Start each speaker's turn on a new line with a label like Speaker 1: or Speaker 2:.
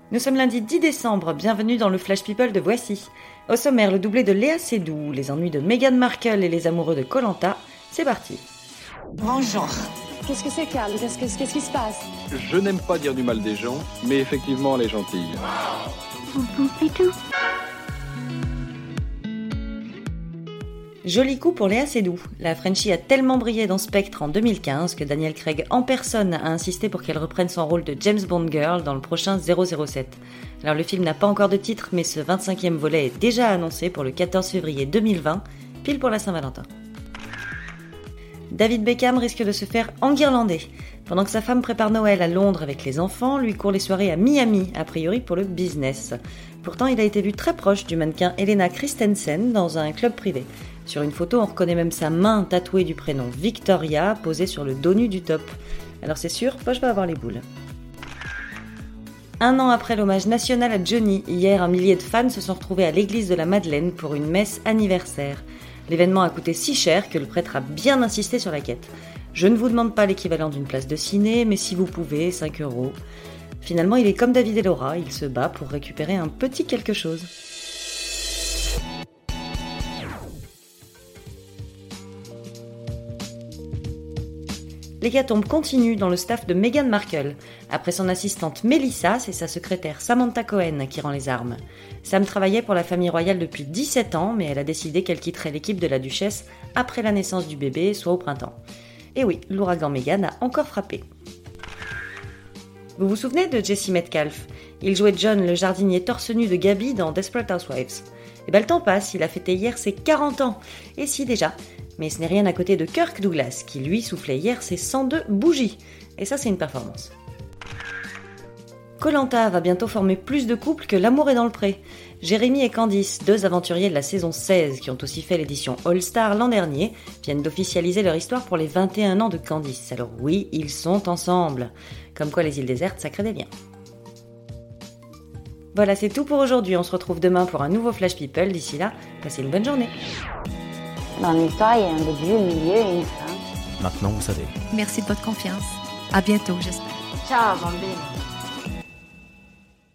Speaker 1: Nous sommes lundi 10 décembre, bienvenue dans le Flash People de Voici. Au sommaire, le doublé de Léa Seydoux, les ennuis de Meghan Markle et les amoureux de Koh Lanta. C'est parti.
Speaker 2: Bonjour.
Speaker 3: Qu'est-ce que c'est, Carl ? Qu'est-ce qui se passe ?
Speaker 4: Je n'aime pas dire du mal des gens, mais effectivement, elle est gentille.
Speaker 1: Joli coup pour Léa Seydoux. La Frenchie a tellement brillé dans Spectre en 2015 que Daniel Craig en personne a insisté pour qu'elle reprenne son rôle de James Bond Girl dans le prochain 007. Alors le film n'a pas encore de titre, mais ce 25e volet est déjà annoncé pour le 14 février 2020, pile pour la Saint-Valentin. David Beckham risque de se faire enguirlander. Pendant que sa femme prépare Noël à Londres avec les enfants, lui court les soirées à Miami, a priori pour le business. Pourtant, il a été vu très proche du mannequin Helena Christensen dans un club privé. Sur une photo, on reconnaît même sa main tatouée du prénom Victoria, posée sur le dos nu du top. Alors c'est sûr, Poche va avoir les boules. Un an après l'hommage national à Johnny, hier, un millier de fans se sont retrouvés à l'église de la Madeleine pour une messe anniversaire. L'événement a coûté si cher que le prêtre a bien insisté sur la quête. Je ne vous demande pas l'équivalent d'une place de ciné, mais si vous pouvez, 5 €. Finalement, il est comme David et Laura, il se bat pour récupérer un petit quelque chose. L'hécatombe continue dans le staff de Meghan Markle. Après son assistante Melissa, c'est sa secrétaire Samantha Cohen qui rend les armes. Sam travaillait pour la famille royale depuis 17 ans, mais elle a décidé qu'elle quitterait l'équipe de la duchesse après la naissance du bébé, soit au printemps. Et oui, l'ouragan Meghan a encore frappé. Vous vous souvenez de Jesse Metcalfe ? Il jouait John, le jardinier torse nu de Gaby dans Desperate Housewives. Et ben le temps passe, il a fêté hier ses 40 ans. Et si déjà. Mais ce n'est rien à côté de Kirk Douglas, qui lui soufflait hier ses 102 bougies. Et ça, c'est une performance. Koh Lanta va bientôt former plus de couples que L'amour est dans le pré. Jérémy et Candice, deux aventuriers de la saison 16, qui ont aussi fait l'édition All Star l'an dernier, viennent d'officialiser leur histoire pour les 21 ans de Candice. Alors oui, ils sont ensemble. Comme quoi les îles désertes, ça crée des liens. Voilà, c'est tout pour aujourd'hui. On se retrouve demain pour un nouveau Flash People. D'ici là, passez une bonne journée.
Speaker 5: Dans l'histoire, il y a un début, un milieu et une fin.
Speaker 6: Maintenant, vous savez.
Speaker 2: Merci de votre confiance. À bientôt, j'espère.
Speaker 5: Ciao, bambine.